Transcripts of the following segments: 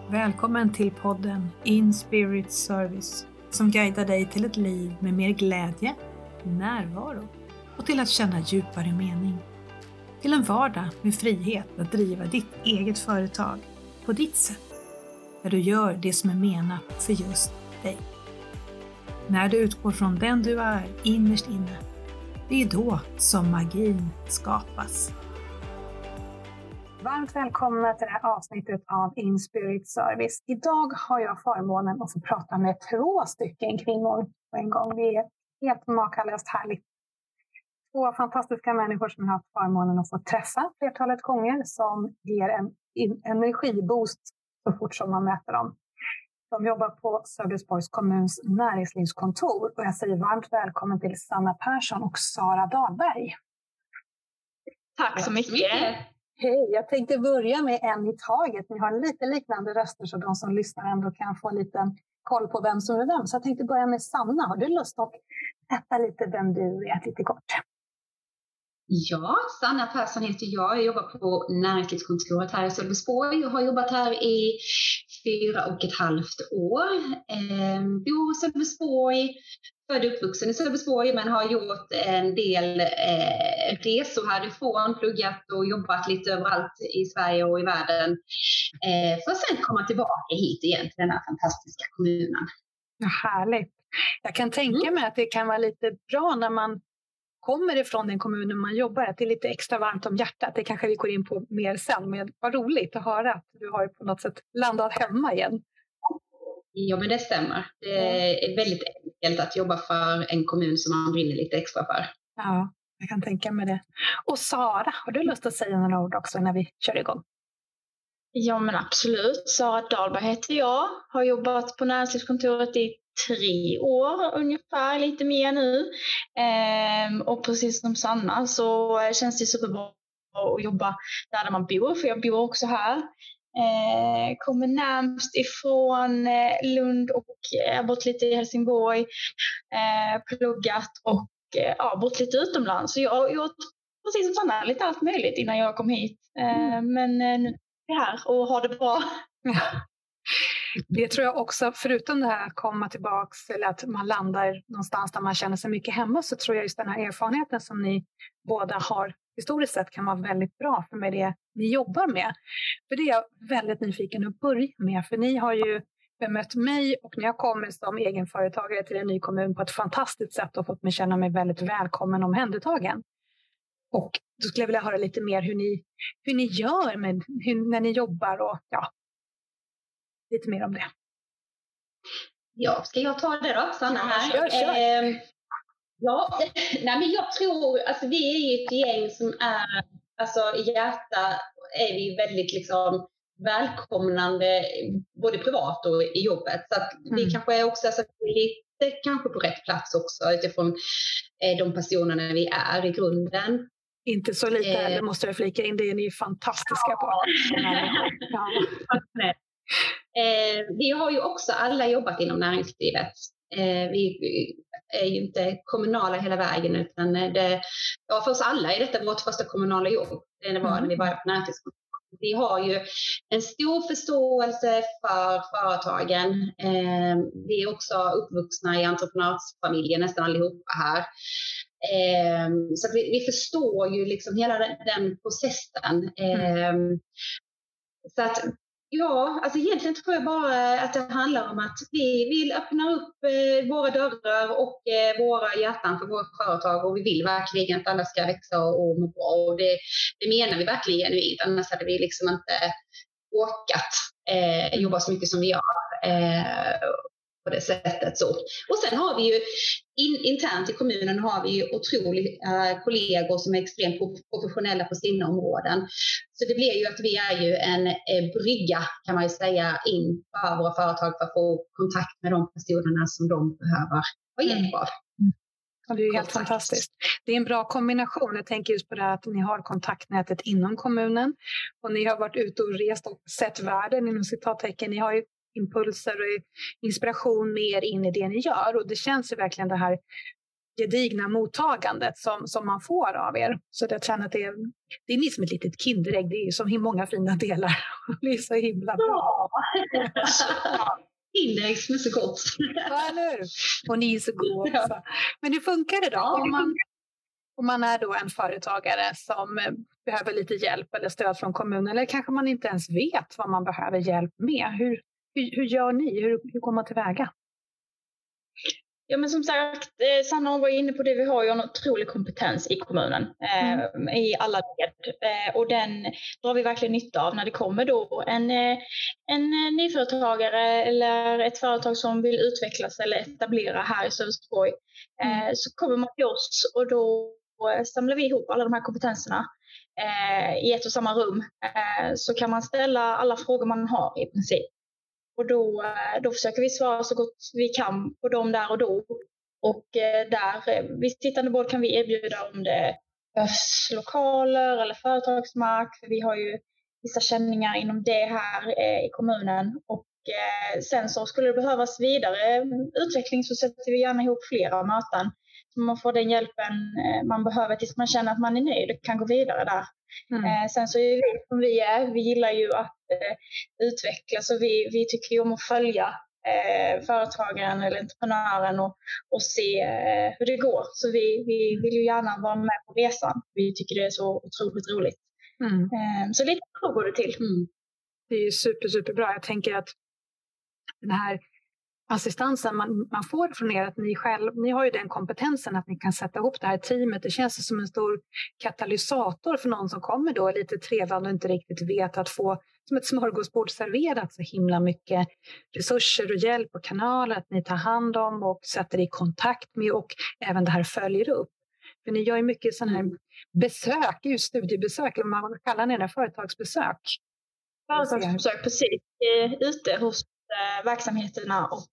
Välkommen till podden In Spirit Service som guidar dig till ett liv med mer glädje, närvaro och till att känna djupare mening. Till en vardag med frihet att driva ditt eget företag på ditt sätt. Där du gör det som är menat för just dig. När du utgår från den du är innerst inne, det är då som magin skapas. Varmt välkomna till det här avsnittet av In Spirit Service. Idag har jag förmånen att få prata med 2 stycken kvinnor på en gång. Det är helt makalöst härligt. 2 fantastiska människor som jag har haft förmånen att få träffa flertalet gånger som ger en energiboost så fort som man möter dem. De jobbar på Sölvesborgs kommuns näringslivskontor och jag säger varmt välkommen till Sanna Persson och Sara Dahlberg. Tack så mycket. Hej, jag tänkte börja med en i taget. Ni har lite liknande röster så de som lyssnar ändå kan få en liten koll på vem som är vem. Så jag tänkte börja med Sanna. Har du lust att berätta lite vem du är lite kort? Ja, Sanna Persson heter jag. Jag jobbar på näringslivskontoret här i Sölvesborg. Jag har jobbat här i 4,5 år. Bor i Sölvesborg. Född och uppvuxen i Sölvesborg men har gjort en del resor härifrån, pluggat och jobbat lite överallt i Sverige och i världen för att sen komma tillbaka hit igen till den här fantastiska kommunen. Ja, härligt. Jag kan tänka mig att det kan vara lite bra när man kommer ifrån den kommunen man jobbar, att det är lite extra varmt om hjärtat. Det kanske vi går in på mer sen, men vad roligt att höra att du har på något sätt landat hemma igen. Ja, men det stämmer. Det är väldigt enkelt att jobba för en kommun som man brinner lite extra för. Ja, jag kan tänka mig det. Och Sara, har du lust att säga några ord också när vi kör igång? Ja, men absolut. Sara Dahlberg heter jag. Har jobbat på näringslivskontoret i 3 år ungefär, lite mer nu. Och precis som Sanna så känns det superbra att jobba där man bor, för jag bor också här. Kommer närmast ifrån Lund och bott lite i Helsingborg, pluggat och bott lite utomlands. Så jag har gjort precis som Sanna lite allt möjligt innan jag kom hit. Men nu är jag här och har det bra. Det tror jag också, förutom det här att komma tillbaks eller att man landar någonstans där man känner sig mycket hemma, så tror jag just den här erfarenheten som ni båda har historiskt sett kan vara väldigt bra för med det ni jobbar med. För det är jag väldigt nyfiken att börja med, för ni har ju bemött mig och när jag kommer som egenföretagare till en ny kommun på ett fantastiskt sätt och fått mig känna mig väldigt välkommen och omhändertagen. Och då skulle jag vilja höra lite mer hur ni gör när ni jobbar och lite mer om det. Ja, ska jag ta det då, Sanna här? Kör. Men jag tror, alltså vi är ju ett gäng som är, alltså i hjärta är vi väldigt liksom välkomnande både privat och i jobbet. Så att vi kanske är också lite kanske på rätt plats också utifrån de personerna vi är i grunden. Inte så lite heller, måste jag flika in, det är ni fantastiska på. Vi har ju också alla jobbat inom näringslivet. Vi är ju inte kommunala hela vägen utan för oss alla är detta vårt första kommunala jobb. Det var när vi började på näringslivet. Vi har ju en stor förståelse för företagen. Vi är också uppvuxna i entreprenörsfamiljen nästan allihopa här. Så vi förstår ju liksom hela den processen. Så att alltså egentligen tror jag bara att det handlar om att vi vill öppna upp våra dörrar och våra hjärtan för våra företag och vi vill verkligen att alla ska växa och må bra och det menar vi verkligen genuint, annars hade vi liksom inte orkat jobba så mycket som vi gör på det sättet så. Och sen har vi ju internt i kommunen har vi ju otroliga kollegor som är extremt professionella på sina områden. Så det blir ju att vi är ju en brygga kan man ju säga in för våra företag för att få kontakt med de personerna som de behöver ha hjälp av. Ja, det är helt fantastiskt. Det är en bra kombination. Jag tänker just på det här att ni har kontaktnätet inom kommunen och ni har varit ute och rest och sett världen inom citattecken. Ni har ju impulser och inspiration mer in i det ni gör och det känns ju verkligen det här gedigna mottagandet som man får av er. Så jag känner att det är ni som ett litet kinderägg. Det är ju så många fina delar. Det är så himla bra. Kinderägg som är så gott. Ja, eller hur? Och ni är så goda också. Men hur funkar det då? Om man är då en företagare som behöver lite hjälp eller stöd från kommunen, eller kanske man inte ens vet vad man behöver hjälp med. Hur gör ni? Hur går man tillväga? Ja, men som sagt, Sanna var inne på det, vi har ju en otrolig kompetens i kommunen i alla led. Och den drar vi verkligen nytta av när det kommer då en nyföretagare eller ett företag som vill utvecklas eller etablera här i Sölvesborg. Så kommer man till oss och då samlar vi ihop alla de här kompetenserna i ett och samma rum. Så kan man ställa alla frågor man har i princip. Och då försöker vi svara så gott vi kan på dem där och då. Och där vid sittande bord kan vi erbjuda om det behövs lokaler eller företagsmark. För vi har ju vissa känningar inom det här i kommunen. Och sen så skulle det behövas vidare utveckling så sätter vi gärna ihop flera möten. Så man får den hjälpen man behöver tills man känner att man är nöjd och kan gå vidare där. Sen så är vi som vi gillar ju att utvecklas och vi tycker ju om att följa företagaren eller entreprenören och se hur det går. Så vi vill ju gärna vara med på resan. Vi tycker det är så otroligt roligt. Så lite så går det till. Det är ju superbra. Jag tänker att den här assistansen man får från er, att ni har ju den kompetensen att ni kan sätta ihop det här teamet. Det känns som en stor katalysator för någon som kommer då lite trevande och inte riktigt vet, att få som ett smörgåsbord serverat så himla mycket resurser och hjälp och kanaler att ni tar hand om och sätter i kontakt med, och även det här följer upp. För ni gör ju mycket sådana här besök, just studiebesök, eller man kallar det företagsbesök. Företagsbesök, precis. Ute hos verksamheterna och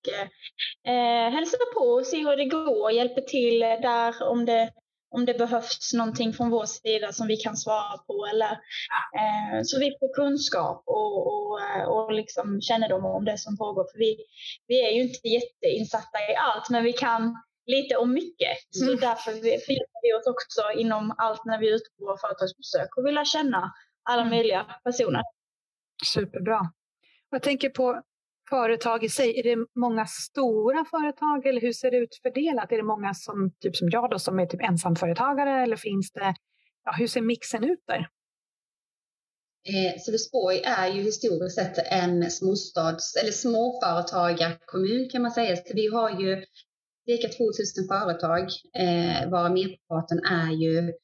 hälsar på och ser hur det går och hjälper till där om det behövs någonting från vår sida som vi kan svara på, eller så vi får kunskap och liksom kännedom om det som pågår, för vi är ju inte jätteinsatta i allt, men vi kan lite om mycket, så därför fördjupar vi oss också inom allt när vi är ute på våra företagsbesök och vill lära känna alla möjliga personer. Superbra. Jag tänker på företag i sig, är det många stora företag eller hur ser det ut fördelat? Är det många som jag då, som är typ ensamföretagare, eller finns det, hur ser mixen ut där? Sölvesborg är ju historiskt sett en småföretagarkommun kan man säga. Så vi har ju cirka 2000 företag, varav merparten är ju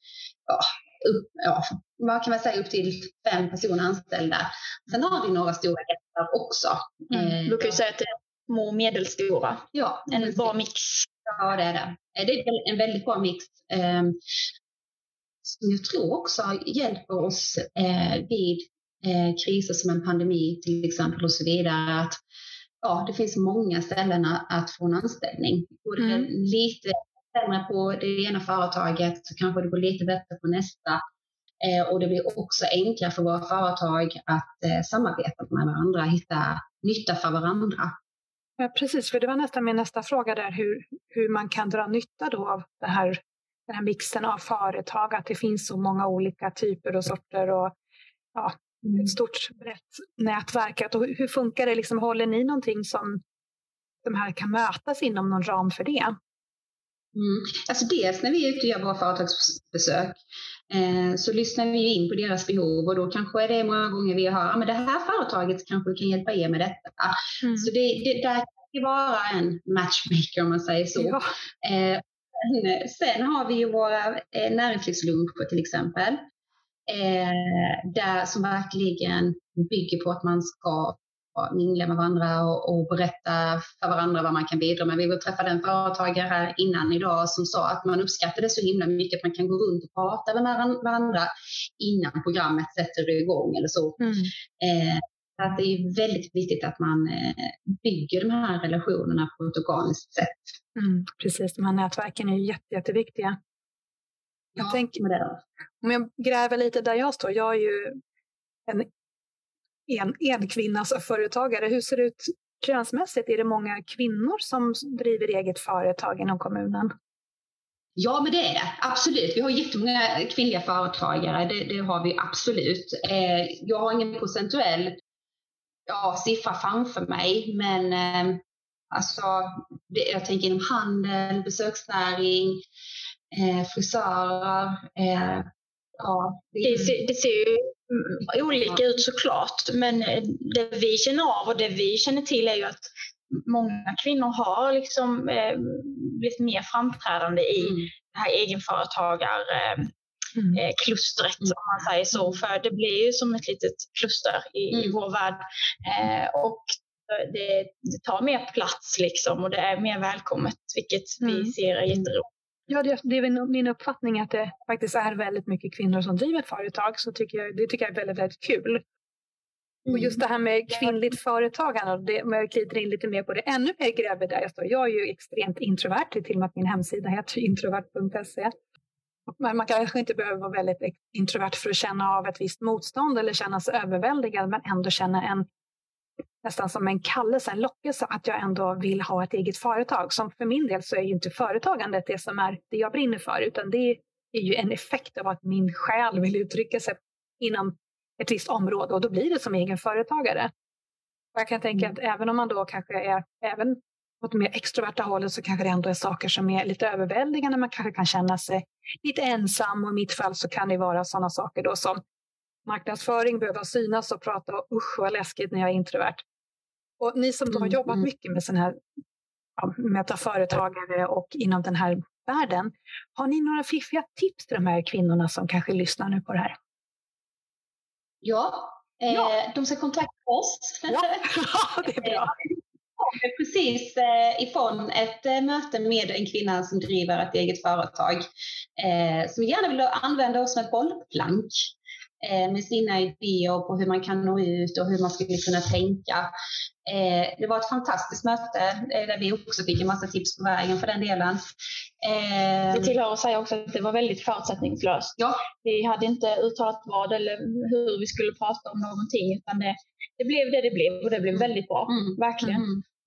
vad kan man säga, upp till 5 personer anställda. Sen har vi några stora jättar också. Du kan ju säga att det är små och medelstora. Ja, en bra mix. Ja, det är det. Det är en väldigt bra mix. Som jag tror också hjälper oss vid kriser som en pandemi till exempel och så vidare. Att det finns många ställen att få en anställning. Går det lite sämre på det ena företaget så kanske det går lite bättre på nästa. Och det blir också enklare för våra företag att samarbeta med varandra, hitta nytta för varandra. Ja, precis, för det var nästan min nästa fråga där, hur man kan dra nytta då av den här mixen av företag, att det finns så många olika typer och sorter och ett stort brett nätverk. Och hur funkar det? Liksom, håller ni någonting som de här kan mötas inom någon ram för det? Alltså dels när vi är ute och gör våra företagsbesök så lyssnar vi in på deras behov, och då kanske det är många gånger vi hör men det här företaget kanske kan hjälpa er med detta. Så det där kan vara en matchmaker om man säger så. Ja. Sen har vi ju våra näringslivsluncher till exempel, där som verkligen bygger på att man ska mingla med varandra och berätta för varandra vad man kan bidra med. Vi var träffade en företagare här innan idag som sa att man uppskattade så himla mycket att man kan gå runt och prata med varandra innan programmet sätter igång eller så. Att det är väldigt viktigt att man bygger de här relationerna på ett organiskt sätt. Precis, de här nätverken är ju jätteviktiga. Jag tänker med det. Om jag gräver lite där jag står, jag är ju en kvinnas företagare. Hur ser det ut könsmässigt? Är det många kvinnor som driver eget företag inom kommunen? Ja, men det är det. Absolut. Vi har jättemånga kvinnliga företagare. Det har vi absolut. Jag har ingen procentuell siffra framför mig. Men alltså, jag tänker inom handel, besöksnäring, frisörer. Det ser ju olika ut såklart. Men det vi känner av och det vi känner till är ju att många kvinnor har liksom blivit mer framträdande i det här egenföretagarklustret, om man säger så. För det blir ju som ett litet kluster i vår värld. Och det tar mer plats liksom, och det är mer välkommet, vilket vi ser är jätteroligt. Ja, det är min uppfattning att det faktiskt är väldigt mycket kvinnor som driver företag, så det tycker jag är väldigt, väldigt kul. Och just det här med kvinnligt företagande, om jag glider in lite mer på det, ännu mer gräver där jag står. Jag är ju extremt introvert, till och med att min hemsida heter introvert.se. Men man kanske inte behöver vara väldigt introvert för att känna av ett visst motstånd eller känna sig överväldigad, men ändå känna nästan som en kallelse, en lockelse att jag ändå vill ha ett eget företag. Som för min del så är ju inte företagandet det som är det jag brinner för, utan det är ju en effekt av att min själ vill uttrycka sig inom ett visst område, och då blir det som egen företagare. Och jag kan tänka att även om man då kanske är även åt mer extroverta hållet, så kanske det ändå är saker som är lite överväldigande. Man kanske kan känna sig lite ensam, och i mitt fall så kan det vara sådana saker då som marknadsföring, behöva synas och prata och usch vad läskigt när jag är introvert. Och ni som då har jobbat mycket med sådana här metaföretagare och inom den här världen, har ni några fiffiga tips till de här kvinnorna som kanske lyssnar nu på det här? Ja. De ska kontakta oss. Ja, det är bra. Precis ifrån ett möte med en kvinna som driver ett eget företag som gärna vill använda oss som ett bollplank med sina idéer på hur man kan nå ut och hur man skulle kunna tänka. Det var ett fantastiskt möte där vi också fick en massa tips på vägen för den delen. Det tillhör att säga också att det var väldigt förutsättningslöst. Ja. Vi hade inte uttalat vad eller hur vi skulle prata om någonting, utan det blev det blev, och det blev väldigt bra, verkligen.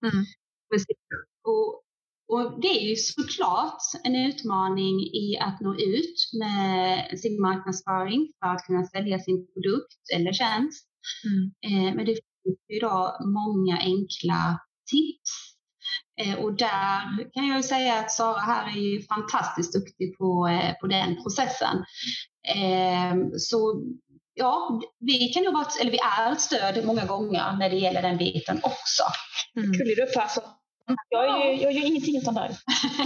Och det är ju såklart en utmaning i att nå ut med sin marknadsföring för att kunna sälja sin produkt eller tjänst. Men det finns ju då många enkla tips. Och där kan jag ju säga att Sara här är ju fantastiskt duktig på den processen. Så ja, vi är ett stöd många gånger när det gäller den biten också. Skulle du passa? Jag gör ingenting utan där.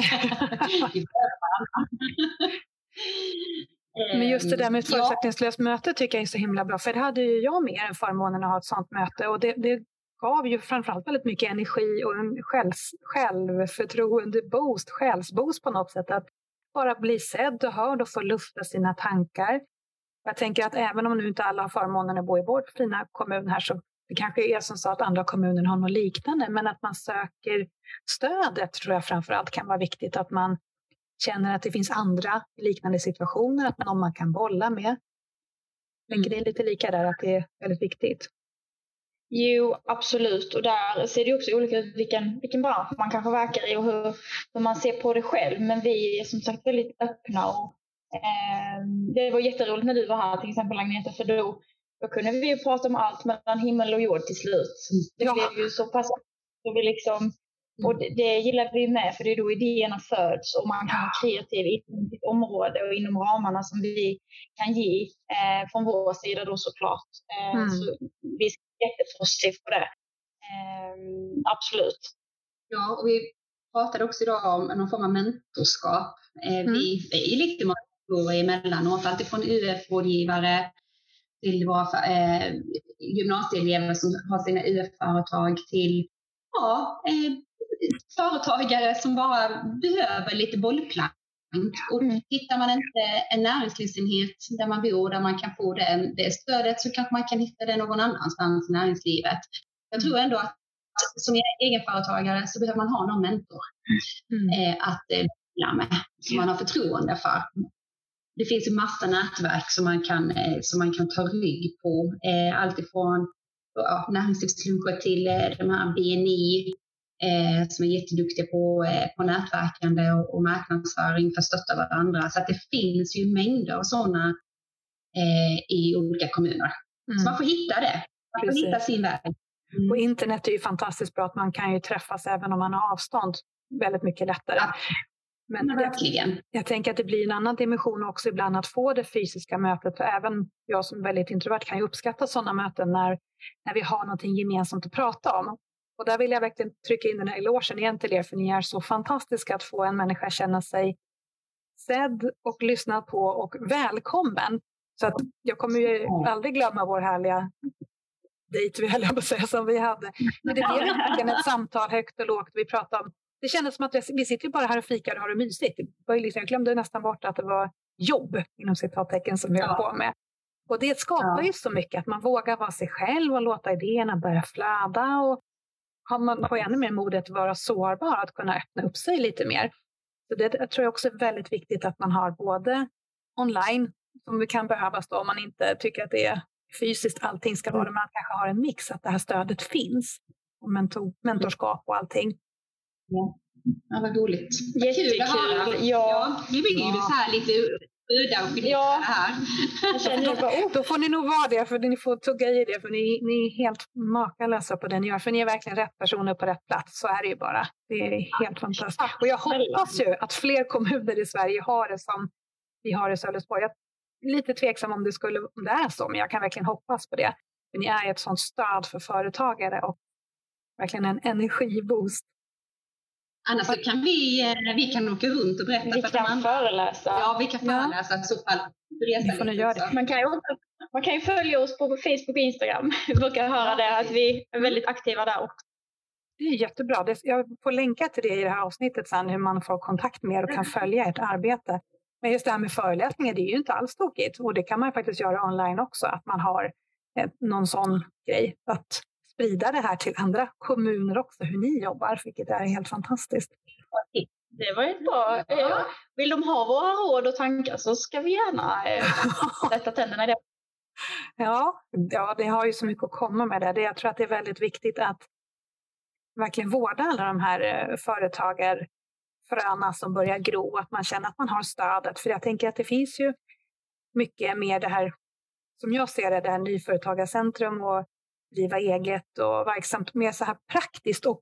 Men just det där med ett förutsättningslöst möte tycker jag är så himla bra. För det hade ju jag mer än förmånen att ha ett sånt möte. Och det gav ju framförallt väldigt mycket energi och en självförtroende boost, själsboost på något sätt. Att bara bli sedd och hörd och få lufta sina tankar. Jag tänker att även om nu inte alla har förmånen att bo i vår fina kommun här, så det kanske är som så att andra kommuner har något liknande, men att man söker stödet tror jag framförallt kan vara viktigt. Att man känner att det finns andra liknande situationer, att man kan bolla med. Tänker det är lite lika där, att det är väldigt viktigt. Jo, absolut. Och där ser det också olika ut vilken bransch man kanske verkar i och hur man ser på det själv. Men vi är som sagt väldigt öppna. Och, det var jätteroligt när du var här till exempel, Agneta, för då kunde vi ju prata om allt mellan himmel och jord till slut. Det blev ju så pass så vi liksom, och det gillar vi med, för det är då idéerna föds och man kan vara kreativ inom sitt område och inom ramarna som vi kan ge från vår sida då såklart. Så vi är jättepositiva på det. Absolut. Ja, och vi pratade också idag om någon form av mentorskap. Vi är lite mentorer emellanåt, alltifrån UF-rådgivare till våra gymnasieelever som har sina UF-företag till företagare som bara behöver lite bollplank. Och hittar man inte en näringslivsenhet där man bor, där man kan få det stödet, så kanske man kan hitta det någon annanstans i näringslivet. Jag tror ändå att som egenföretagare så behöver man ha någon mentor att lära med, som man har förtroende för. Det finns ju massa nätverk som man kan ta rygg på. Allt ifrån näringslivsklubbar till de här BNI, som är jätteduktiga på nätverkande och marknadsföring för att stötta varandra. Så att det finns ju mängder av sådana i olika kommuner. Så man får hitta det. Man får hitta sin väg. Och internet är ju fantastiskt bra, att man kan ju träffas även om man har avstånd väldigt mycket lättare. Ja. Men jag tänker att det blir en annan dimension också ibland att få det fysiska mötet. För även jag som är väldigt introvert kan ju uppskatta sådana möten när vi har någonting gemensamt att prata om. Och där vill jag verkligen trycka in den här elogen igen till er, för ni är så fantastiska att få en människa känna sig sedd och lyssnad på och välkommen. Så att jag kommer ju aldrig glömma vår härliga dejt som vi hade. Men det blev verkligen ett samtal högt och lågt. Vi pratade om, det kändes som att vi sitter bara här och fikar och har det mysigt. Jag glömde nästan bort att det var jobb inom citattecken som vi höll på med. Och det skapar ju så mycket, att man vågar vara sig själv och låta idéerna börja flöda, och man får ännu mer modet att vara sårbar, att kunna öppna upp sig lite mer. Så det tror jag också är väldigt viktigt, att man har både online, som det kan behövas då om man inte tycker att det är fysiskt allting ska vara, man kanske har en mix, att det här stödet finns, och mentorskap och allting. Ja, vad roligt. Jättekul. Ja. Vi blir ju så här lite udda och finita här. Då får ni nog vara det, för ni får tugga i det, för ni är helt makalösa på det ni gör, för ni är verkligen rätt personer på rätt plats. Så är det ju bara. Det är helt fantastiskt. Och jag hoppas ju att fler kommuner i Sverige har det som vi har i Sölvesborg. Jag är lite tveksam om det är så, men jag kan verkligen hoppas på det. För ni är ett sånt stöd för företagare och verkligen en energiboost. Annars så kan vi kan åka runt och berätta. Vi kan föreläsa. Ja, vi kan föreläsa i så fall. Man kan ju följa oss på Facebook och Instagram. Vi brukar höra det, att vi är väldigt aktiva där också. Det är jättebra. Jag får länka till det i det här avsnittet sen, hur man får kontakt med er och kan följa ert arbete. Men just det här med föreläsningar, det är ju inte alls tokigt. Och det kan man faktiskt göra online också, att man har någon sån grej. Att sprida det här till andra kommuner också, hur ni jobbar, vilket är helt fantastiskt. Det var ett bra. Vill de ha våra råd och tankar, så ska vi gärna sätta tänderna i det. Ja, det har ju så mycket att komma med det. Jag tror att det är väldigt viktigt att verkligen vårda alla de här företagarfröna som börjar gro, att man känner att man har stödet. För jag tänker att det finns ju mycket mer det här, som jag ser det här nyföretagarcentrum och driva eget och verksamt, mer så här praktiskt, och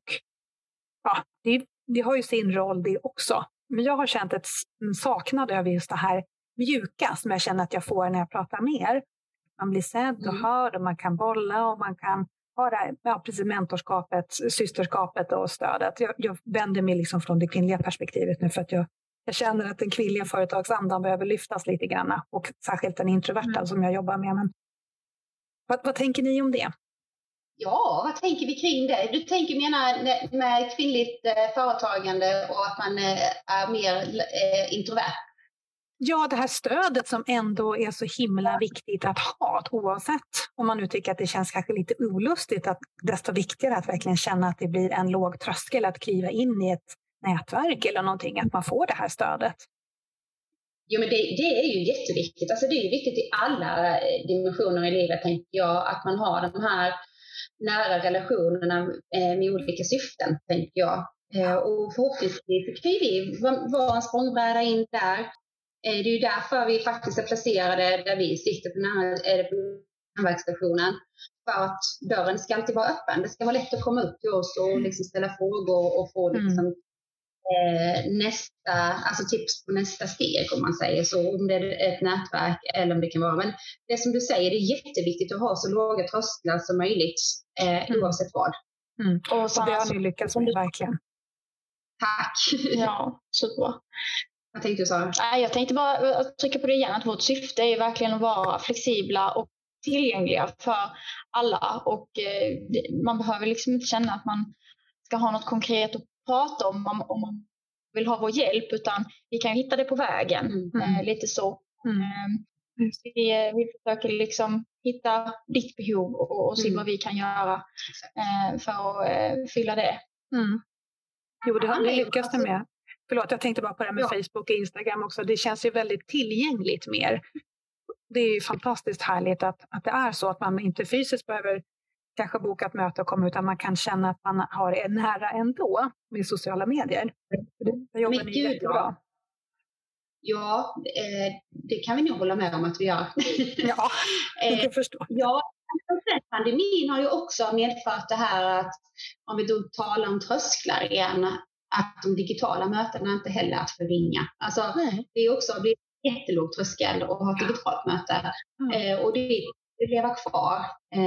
det har ju sin roll det också. Men jag har känt en saknad över just det här mjuka som jag känner att jag får när jag pratar med er. Man blir sedd och hörd, och man kan bolla, och man kan ha det här, precis, mentorskapet, systerskapet och stödet. Jag vänder mig liksom från det kvinnliga perspektivet nu, för att jag känner att den kvinnliga företagsandan behöver lyftas lite grann, och särskilt den introverta som jag jobbar med. Men vad tänker ni om det? Ja, vad tänker vi kring det? Du menar med kvinnligt företagande och att man är mer introvert? Ja, det här stödet som ändå är så himla viktigt att ha, oavsett om man nu tycker att det känns kanske lite olustigt, att desto viktigare att verkligen känna att det blir en låg tröskel att kliva in i ett nätverk eller någonting, att man får det här stödet. Jo, men det är ju jätteviktigt. Alltså det är ju viktigt i alla dimensioner i livet, tänker jag, att man har de här nära relationerna med olika syften, tänker jag. Och förhoppningsvis kan vi vara en språngbräda in där. Det är ju därför vi faktiskt är placerade där vi sitter på närverksstationen. För att dörren ska alltid vara öppen. Det ska vara lätt att komma upp till oss och liksom ställa frågor och få liksom, tips på nästa steg, om man säger så. Om det är ett nätverk eller om det kan vara. Men det som du säger, det är jätteviktigt att ha så låga trösklar som möjligt oavsett vad. Och det har ni lyckats med, verkligen. Tack! Ja, superbra. Vad tänkte du, Sara? Jag tänkte bara trycka på det igen, att vårt syfte är verkligen att vara flexibla och tillgängliga för alla. Och man behöver liksom inte känna att man ska ha något konkret att prata om man vill ha vår hjälp, utan vi kan hitta det på vägen. Lite så. Vi försöker liksom hitta ditt behov och se vad vi kan göra för att fylla det. Jo, det har vi lyckats med. Förlåt, jag tänkte bara på det med Facebook och Instagram också. Det känns ju väldigt tillgängligt mer. Det är ju fantastiskt härligt att det är så, att man inte fysiskt behöver kanske boka ett möte och komma, utan man kan känna att man är nära ändå med sociala medier. Det jobbar ni jättebra. Ja, det kan vi nog hålla med om att vi gör. Ja, jag förstår. Ja, pandemin har ju också medfört det här att, om vi då talar om trösklar igen, att de digitala mötena inte heller att förringa. Alltså, det är också blivit jättelåg tröskel att ha ett digitalt möte. Och det lever kvar.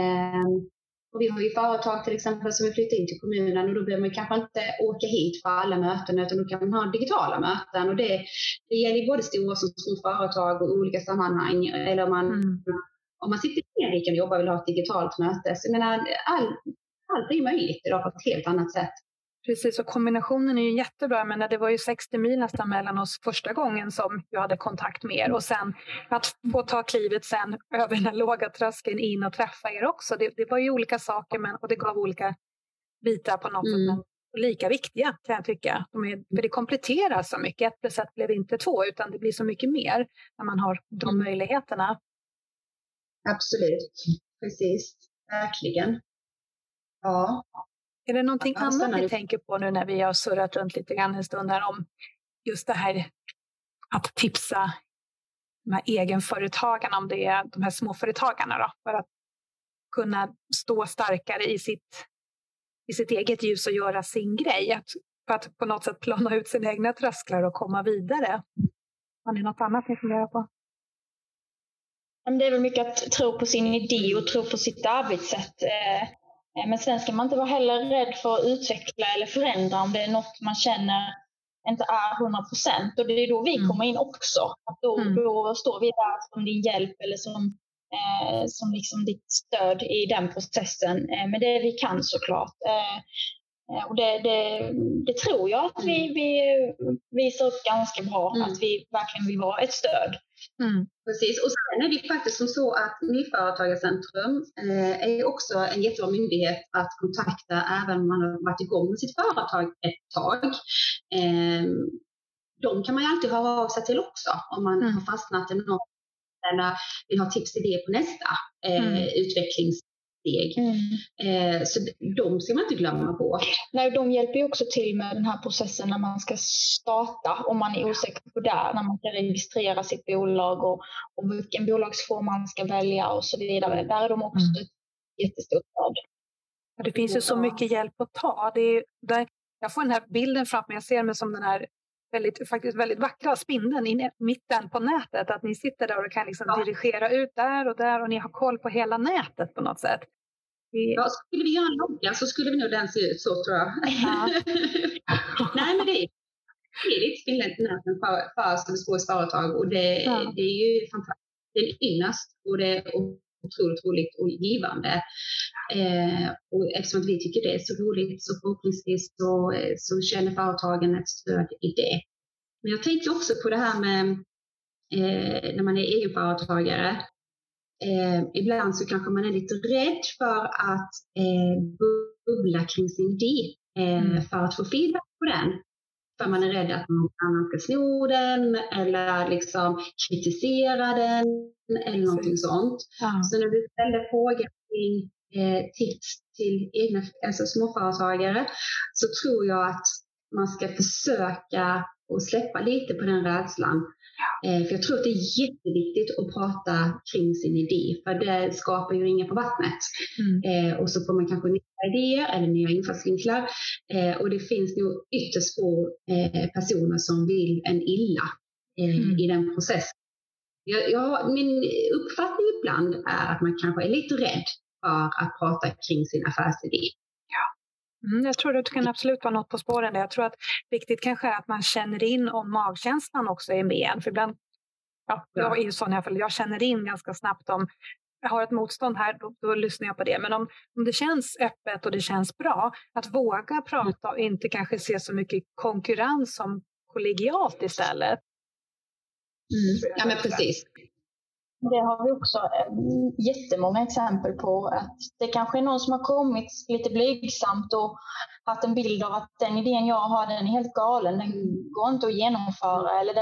Och vi har ju företag till exempel som vill flytta in till kommunen, och då behöver man kanske inte åka hit för alla möten, utan då kan man ha digitala möten. Och det gäller både stora som små företag och olika sammanhang. Eller om man sitter i vilken jobbar och vill ha ett digitalt möte. Så jag menar, allt är möjligt idag på ett helt annat sätt. Precis, och kombinationen är ju jättebra. Men det var ju 60 mil nästan mellan oss första gången som jag hade kontakt med er. Och sen att få ta klivet sen över den låga tröskeln in och träffa er också. Det var ju olika saker, och det gav olika bitar på något sätt. Men lika viktiga, kan jag tycka. För det kompletterar så mycket. 1 + 1 blev inte 2, utan det blir så mycket mer när man har de möjligheterna. Absolut, precis. Verkligen. Ja. Är det någonting annat ni tänker på nu när vi har surrat runt lite grann en stund här om just det här att tipsa de här egenföretagarna, om det är de här småföretagarna då, för att kunna stå starkare i sitt eget ljus och göra sin grej, för att på något sätt plana ut sina egna trösklar och komma vidare? Har ni något annat ni funderar på? Det är väl mycket att tro på sin idé och tro på sitt arbetssätt. Men sen ska man inte vara heller rädd för att utveckla eller förändra om det är något man känner inte är 100%. Och det är då vi kommer in också. Att då står vi där som din hjälp eller som liksom ditt stöd i den processen. Men det vi kan såklart. Och det tror jag att vi visar upp ganska bra. Att vi verkligen vill vara ett stöd. Precis, och sen är det faktiskt som så att Nyföretagarcentrum är också en jättebra myndighet att kontakta även om man har varit igång med sitt företag ett tag. De kan man ju alltid höra av sig till också om man har fastnat i något eller vill ha tips och idéer på nästa utvecklingssteg. Så de ska man inte glömma på. Nej, de hjälper ju också till med den här processen när man ska starta, om man är osäker på där, när man ska registrera sitt bolag och vilken bolagsform man ska välja och så vidare. Där är de också ett jättestort stöd. Det finns ju så mycket hjälp att ta. Jag får den här bilden framför mig, jag ser mig som den här faktiskt väldigt vackra spindeln i mitten på nätet, att ni sitter där och kan liksom dirigera ut där och ni har koll på hela nätet på något sätt. Ja, skulle vi göra en logga så skulle vi nog den se ut så, tror jag. Ja. Nej, men det är lite spindeln till nätet för Sölvesborgs företag, och det är ju fantastiskt. Det är ynnest och det är otroligt roligt och givande. Och eftersom vi tycker det är så roligt, så förhoppningsvis så känner företagen ett stöd i det. Men jag tänker också på det här med när man är egenföretagare. Ibland så kanske man är lite rädd för att bubbla kring sin idé för att få feedback på den. För man är rädd att någon annan ska sno den eller liksom kritisera den eller någonting sånt. Så när vi ställer frågor kring tips till egna, alltså småföretagare, så tror jag att man ska försöka att släppa lite på den rädslan. För jag tror att det är jätteviktigt att prata kring sin idé, för det skapar ju ringar på vattnet. Och så får man kanske nya idéer eller nya infallsvinklar. Och det finns nog ytterst få personer som vill en illa i den processen. Min uppfattning ibland är att man kanske är lite rädd för att prata kring sin affärsidé. Jag tror att det kan absolut vara något på spåren där. Jag tror att viktigt kanske är att man känner in om magkänslan också är med. För ibland, jag är ju sån i alla fall, jag känner in ganska snabbt om jag har ett motstånd här, då lyssnar jag på det. Men om det känns öppet och det känns bra, att våga prata och inte kanske se så mycket konkurrens som kollegialt istället. Ja, men precis. Det har vi också jättemånga exempel på, att det kanske är någon som har kommit lite blygsamt och haft en bild av att den idén jag har, den är helt galen, den går inte att genomföra, eller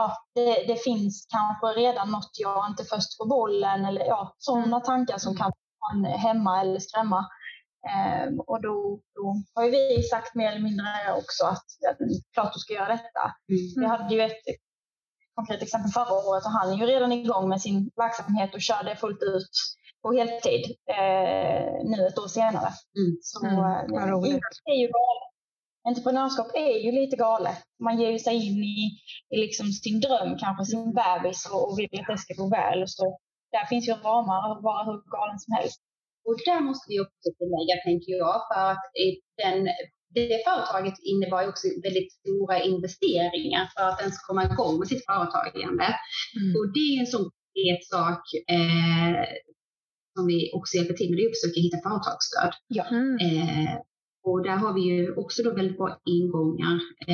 det finns kanske redan något jag inte först får bollen, eller sådana tankar som kan hämma eller skrämma. Och då har ju vi sagt mer eller mindre också att klart du ska göra detta. Vi hade ju ett konkret exempel förra året och han är ju redan igång med sin verksamhet och kör det fullt ut på heltid nu ett år senare. Så det är ju galet. Entreprenörskap är ju lite galet. Man ger ju sig in i liksom sin dröm, kanske sin bebis och vill att det ska gå väl. Och så där finns ju ramar att vara hur galen som helst. Och där måste vi också tillägga, tänker jag, för att det företaget innebar också väldigt stora investeringar för att ens komma igång med sitt företagande. Och det är en sån sak som vi också hjälper till med, det är att försöka hitta företagsstöd. Ja. Och där har vi ju också då väldigt bra ingångar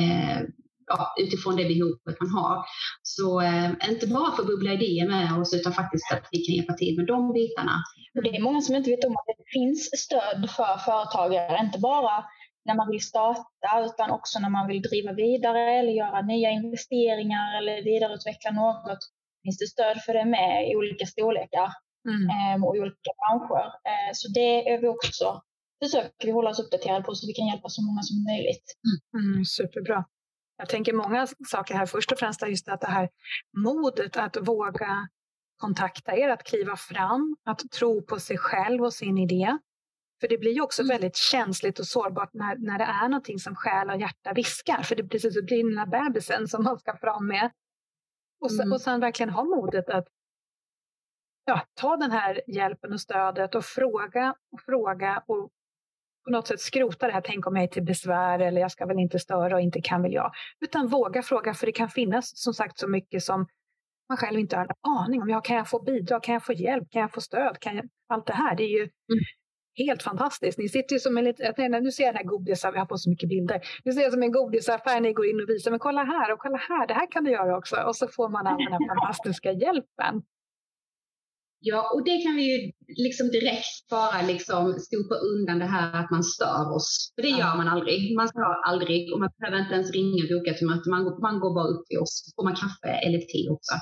utifrån det behovet man har. Så inte bara för bubbla idéer med oss, utan faktiskt att vi kan hjälpa till med de bitarna. Och det är många som inte vet om att det finns stöd för företagare, inte bara när man vill starta utan också när man vill driva vidare eller göra nya investeringar eller vidareutveckla något. Finns det stöd för det med i olika storlekar och i olika branscher. Så det är vi också, försöker vi hålla oss uppdaterade på så vi kan hjälpa så många som möjligt. Superbra. Jag tänker många saker här. Först och främst är just att det här modet att våga kontakta er, att kliva fram, att tro på sig själv och sin idé. För det blir ju också väldigt känsligt och sårbart när det är någonting som själ och hjärta viskar. För det blir den här bebisen som man ska fram med. Och sen verkligen ha modet att ta den här hjälpen och stödet och fråga och på något sätt skrota det här, tänk om jag är till besvär eller jag ska väl inte störa och inte kan väl jag. Utan våga fråga, för det kan finnas som sagt så mycket som man själv inte har en aning om. Kan jag få bidrag, kan jag få hjälp, kan jag få stöd, allt det här, det är ju helt fantastiskt. Ni sitter ju som en liten, nu ser jag den här godisaffären, vi har på så mycket bilder. Nu ser jag som en godisaffär, ni går in och visar, men kolla här, det här kan du göra också. Och så får man all den här fantastiska hjälpen. Ja, och det kan vi ju liksom direkt bara liksom stopa undan det här att man stör oss. För det gör man aldrig. Man stör aldrig och man behöver inte ens ringa och boka till möte. Man går bara upp till oss. Så får man kaffe eller te också.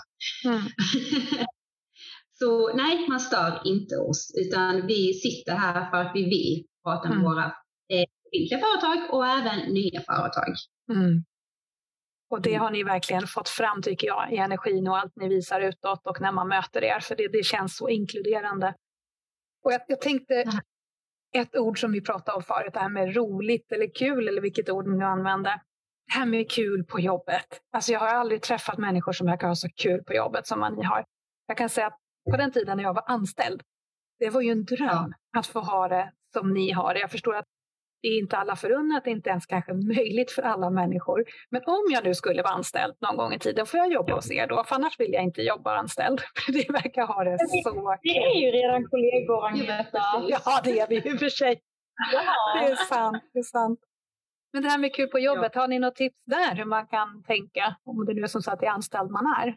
Så nej, man stör inte oss. Utan vi sitter här för att vi vill prata med våra befintliga företag och även nya företag. Och det har ni verkligen fått fram, tycker jag, i energin och allt ni visar utåt och när man möter er. För det känns så inkluderande. Och jag tänkte ett ord som vi pratade om förut, det här med roligt eller kul, eller vilket ord ni nu använder. Det här med kul på jobbet. Alltså jag har aldrig träffat människor som verkar ha så kul på jobbet som ni har. Jag kan säga att på den tiden när jag var anställd, det var ju en dröm att få ha det som ni har det. Jag förstår att det är inte alla förunnat, det är inte ens kanske möjligt för alla människor. Men om jag nu skulle vara anställd någon gång i tiden, får jag jobba hos er då? För annars vill jag inte jobba anställd. Det verkar ha det så kul. Det är ju redan kollegor, Agneta. Ja, det är vi ju för sig. Ja. Det är sant. Men det här med kul på jobbet, har ni något tips där hur man kan tänka? Om det nu är som så att det är anställd man är.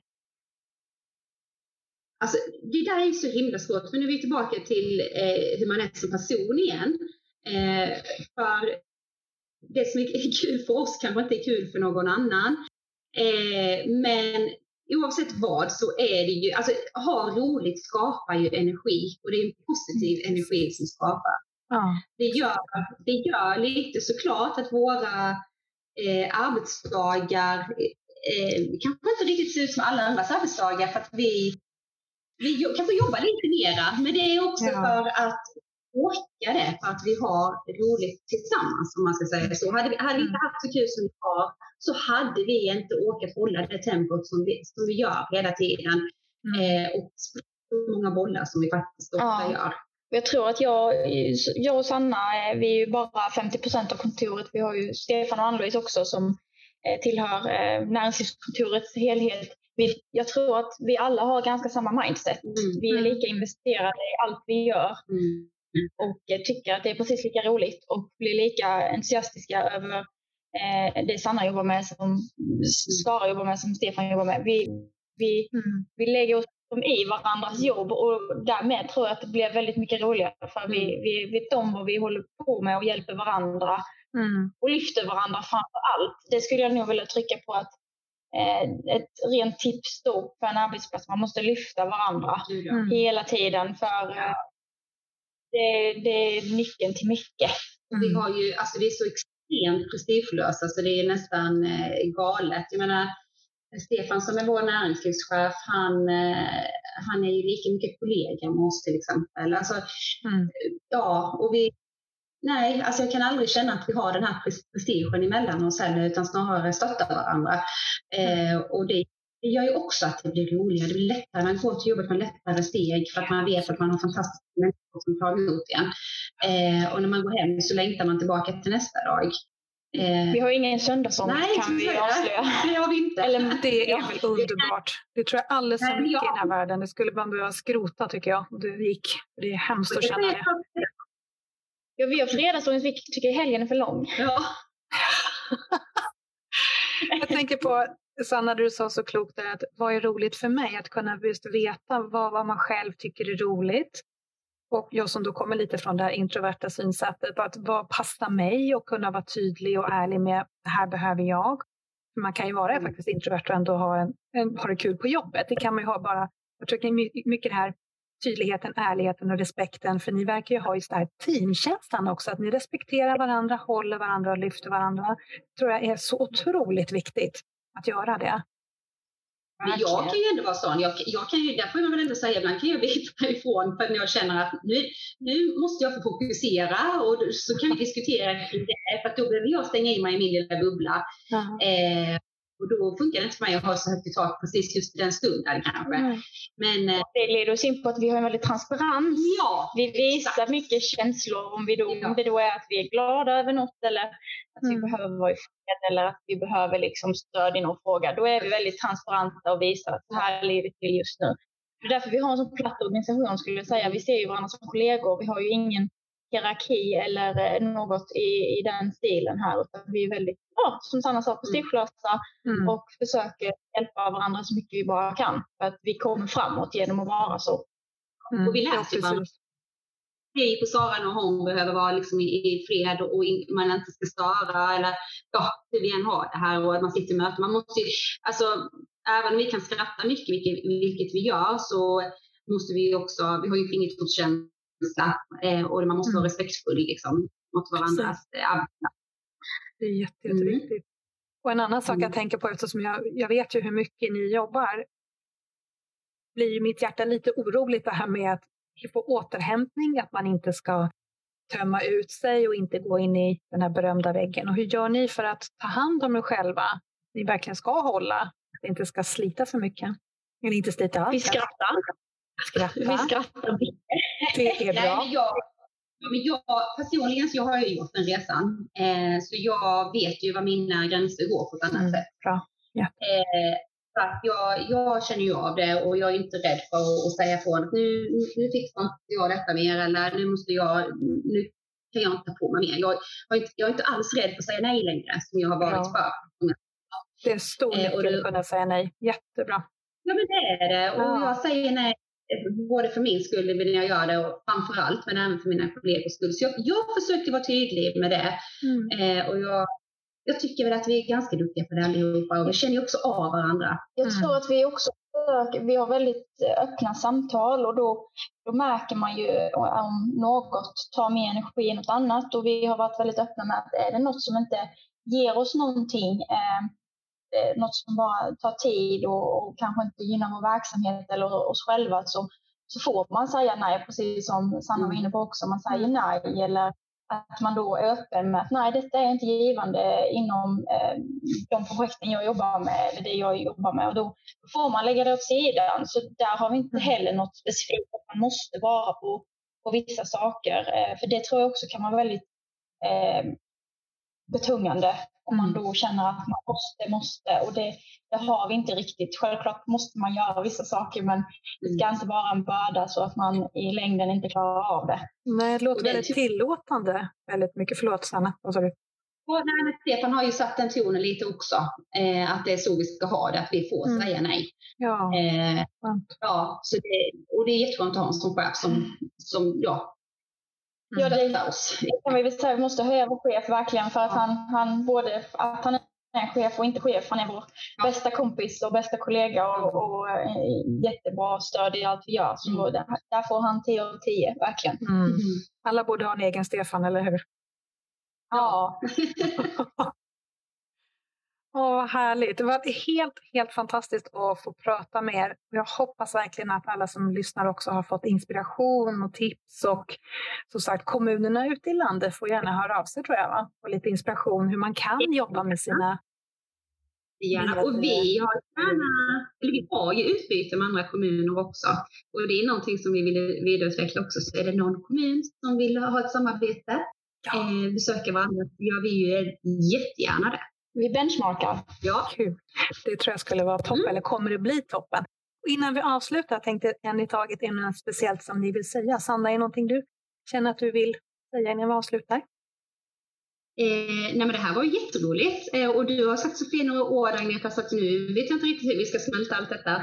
Alltså, det där är så himla svårt. För nu är vi tillbaka till hur man är som person igen. För det som är kul för oss kanske inte är kul för någon annan. Men oavsett vad så är det ju, alltså ha roligt skapar ju energi. Och det är en positiv energi som skapar. Det gör lite såklart att våra arbetsdagar kanske inte riktigt ser ut som alla andras arbetsdagar, för att vi kanske jobbar lite mera, men det är också för att orka det, för att vi har roligt tillsammans, om man ska säga så. Hade vi inte haft så kul som vi har, så hade vi inte orkat hålla det tempot som vi gör hela tiden och så många bollar som vi faktiskt ofta gör. Jag tror att jag och Sanna, vi är ju bara 50% av kontoret. Vi har ju Stefan och Ann-Louise också som tillhör näringslivskontorets helhet. Jag tror att vi alla har ganska samma mindset. Vi är lika investerade i allt vi gör och tycker att det är precis lika roligt och blir lika entusiastiska över det Sanna jobbar med, som Sara jobbar med, som Stefan jobbar med. Vi lägger oss i varandras jobb och därmed tror jag att det blir väldigt mycket roligare, för vi vet om vad vi håller på med och hjälper varandra och lyfter varandra framför allt. Det skulle jag nog vilja trycka på, att ett rent tips då för en arbetsplats, man måste lyfta varandra hela tiden, för det är nyckeln till mycket. Vi har ju, alltså vi är så extremt prestigelösa så det är nästan galet. Jag menar, Stefan som är vår näringslivschef, han är ju lika mycket kollega med oss till exempel. Alltså, ja, och alltså jag kan aldrig känna att vi har den här prestigen emellan oss heller, utan snarare stöttar varandra. Och det gör ju också att det blir roligare. Det blir lättare, man går till jobbet med lättare steg för att man vet att man har fantastiska människor som tar emot igen. Och när man går hem så längtar man tillbaka till nästa dag. Vi har ingen söndagsångest, kan vi avslöja. Det har vi inte. Det är väl underbart. Det tror jag alldeles så mycket i den här världen. Det skulle man behöva skrota, tycker jag. Det gick. Det är hemskt att känna det. Ja, vi har fredagsångest, vi tycker helgen är för lång. Ja. Jag tänker på, Sanna, du sa så klokt där, att vad är roligt för mig? Att kunna just veta vad man själv tycker är roligt. Och jag som då kommer lite från det här introverta synsättet, att vad passar mig och kunna vara tydlig och ärlig med det här behöver jag. Man kan ju vara faktiskt introvert och ändå ha det kul på jobbet. Det kan man ju ha bara, jag tycker mycket det här tydligheten, ärligheten och respekten, för ni verkar ju ha just det här teamkänslan också, att ni respekterar varandra, håller varandra och lyfter varandra. Det tror jag är så otroligt viktigt att göra det. Men jag kan ju ändå vara sån. Jag kan ju, där får man väl ändå säga, ibland kan jag vika ifrån för att jag känner att nu måste jag få fokusera och så kan vi diskutera kring det, för att då behöver jag stänga in mig i min lilla bubbla. Och då funkar det inte för mig att ha så högt i tak precis just den stunden kanske. Men det leder oss in på att vi har en väldigt transparens. Ja, vi visar mycket känslor om det då är att vi är glada över något, eller att vi behöver vara i fred, eller att vi behöver liksom stöd i någon fråga. Då är vi väldigt transparenta och visar att det här lever till just nu. Det är därför vi har en sån platt organisation, skulle jag säga. Vi ser ju varandra som kollegor. Vi har ju ingen hierarki eller något i den stilen här, utan vi är väldigt, som Sanna sa, prestigelösa och försöker hjälpa varandra så mycket vi bara kan, för att vi kommer framåt genom att vara så. Och vi läser varandra. Hej på Sara när hon behöver vara liksom i fred och man inte ska störa, eller hur vi än har det här, och att man sitter i möten. Man måste ju, alltså, även om vi kan skratta mycket, vilket vi gör, så måste vi också, vi har ju fingertoppskänsla. Och man måste vara respektfull liksom, mot varandras arbetsplats. Det är jätteviktigt. Och en annan sak jag tänker på, eftersom jag vet ju hur mycket ni jobbar, blir ju mitt hjärta lite oroligt det här med att få återhämtning, att man inte ska tömma ut sig och inte gå in i den här berömda väggen. Och hur gör ni för att ta hand om er själva? Ni verkligen ska hålla, att det inte ska slita för mycket. Eller inte slita allt. Vi skrattar. Vi skrattar. Det är bra. Men jag personligen, så jag har ju gjort den resan. Så jag vet ju vad mina gränser går på ett annat sätt. Bra. Ja. Så att jag känner ju av det, och jag är inte rädd för att säga ifrån att nu fixar inte jag detta mer, eller nu kan jag inte på mig mer. Jag är inte alls rädd för att säga nej längre, som jag har varit för. Det är en stor nyckel att kunna säga nej. Jättebra. Ja, men det är det. Och jag säger nej både för min skull när jag gör det, och framförallt, men även för mina kollegors skull. Så jag försökte vara tydlig med det. Och jag tycker väl att vi är ganska duktiga på det allihopa, och vi känner ju också av varandra. Jag tror att vi har väldigt öppna samtal, och då märker man ju om något tar mer energi än något annat, och vi har varit väldigt öppna med att är det något som inte ger oss någonting, något som bara tar tid och kanske inte gynnar vår verksamhet eller oss själva, så får man säga nej, precis som Sanna var inne på också. Man säger nej, eller att man då är öppen med att nej, detta är inte givande inom de projekten jag jobbar med, eller det jag jobbar med, och då får man lägga det åt sidan. Så där har vi inte heller något specifikt att man måste vara på vissa saker, för det tror jag också kan vara väldigt betungande. Om man då känner att man måste, och det har vi inte riktigt. Självklart måste man göra vissa saker, men det ska inte vara en börda så att man i längden inte klarar av det. Nej, det låter väldigt tillåtande. Väldigt mycket. Förlåt, Sanna. Vad sa du? Stefan har ju satt den tonen lite också. Att det är så vi ska ha det, att vi får säga nej. Ja. Så och det är jätteskönt att ha en sån chef som Ja, det kan vi väl säga. Vi måste höja vår chef verkligen, för att han både att han är är chef och inte chef. Han är vår bästa kompis och bästa kollega och jättebra stöd i allt vi gör. Så där får han 10 av 10, verkligen. Alla borde ha en egen Stefan, eller hur? Ja. Åh, härligt. Det var helt fantastiskt att få prata med er. Jag hoppas verkligen att alla som lyssnar också har fått inspiration och tips. Och som sagt, kommunerna ute i landet får gärna höra av sig, tror jag, va? Och lite inspiration hur man kan jobba med sina... Gärna. Och vi har ju utbyte med andra kommuner också. Och det är någonting som vi vill vidareutveckla också. Så är det någon kommun som vill ha ett samarbete, besöka varandra, så gör vi ju jättegärna det. Vi benchmarkar. Ja, kul. Det tror jag skulle vara toppen, eller kommer det bli toppen? Och innan vi avslutar, tänkte en i taget, är något speciellt som ni vill säga? Sanna, är det någonting du känner att du vill säga innan vi avslutar? Nej, men det här var jätteroligt. Och du har sagt så fina ord, Agneta, så att nu vet jag inte riktigt hur vi ska smälta allt detta.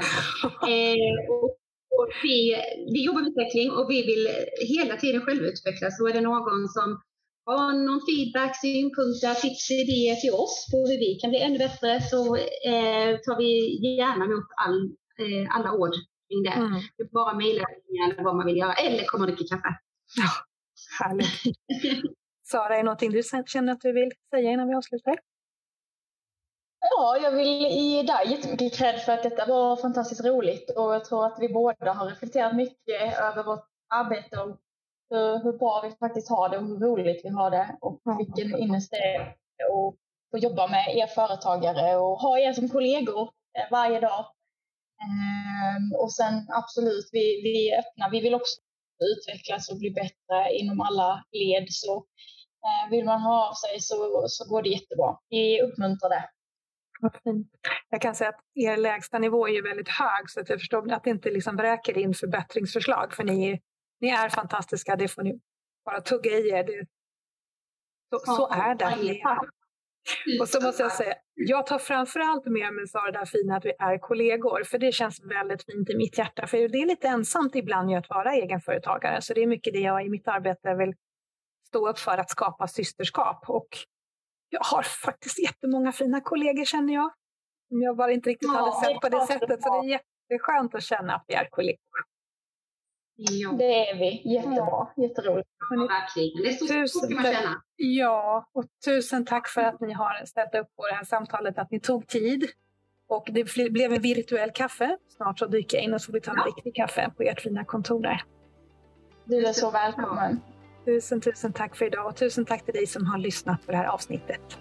Och vi jobbar med utveckling och vi vill hela tiden självutvecklas. Så är det någon som har någon feedback, synpunkter, tips, idéer till oss på hur vi kan bli ännu bättre, så tar vi gärna emot alla ord kring det. Det är bara mejla eller vad man vill göra, eller kommer det till kaffe. Ja, härligt. Sara, är det någonting du känner att du vill säga innan vi avslutar? Ja, jag vill ge dig jättemycket cred för att detta var fantastiskt roligt, och jag tror att vi båda har reflekterat mycket över vårt arbete och hur bra vi faktiskt har det och hur roligt vi har det, och vilken ynnest det är att få jobba med er företagare och ha er som kollegor varje dag. Och sen absolut, vi är öppna. Vi vill också utvecklas och bli bättre inom alla led, så vill man ha av sig så går det jättebra. Vi uppmuntrar det. Vad fint. Jag kan säga att er lägsta nivå är ju väldigt hög, så att jag förstår att det inte liksom vräker in förbättringsförslag, för ni är fantastiska, det får ni bara tugga i er. Så är det. Och så måste jag säga, jag tar framförallt med mig, Sara, där fina att vi är kollegor, för det känns väldigt fint i mitt hjärta, för det är lite ensamt ibland att vara egenföretagare, så det är mycket det jag i mitt arbete vill stå upp för, att skapa systerskap. Och jag har faktiskt jättemånga fina kollegor, känner jag, som jag bara inte riktigt hade sett på det sättet, så det är jätteskönt att känna att vi är kollegor. Ja. Det är vi. Jättebra. Jätteroligt. Ja, verkligen. Det är så mycket man känner. Ja, och tusen tack för att ni har ställt upp på det här samtalet, att ni tog tid. Och det blev en virtuell kaffe. Snart så dyker jag in och så får vi ta en riktig kaffe på ert fina kontor där. Du är så välkommen. Tusen tack för idag, och tusen tack till dig som har lyssnat på det här avsnittet.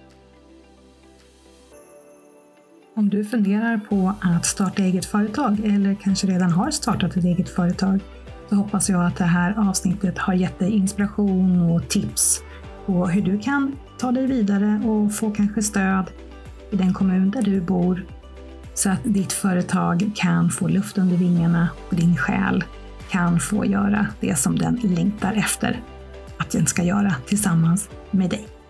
Om du funderar på att starta eget företag, eller kanske redan har startat ett eget företag, så hoppas jag att det här avsnittet har gett dig inspiration och tips på hur du kan ta dig vidare och få kanske stöd i den kommun där du bor, så att ditt företag kan få luft under vingarna och din själ kan få göra det som den längtar efter att den ska göra tillsammans med dig.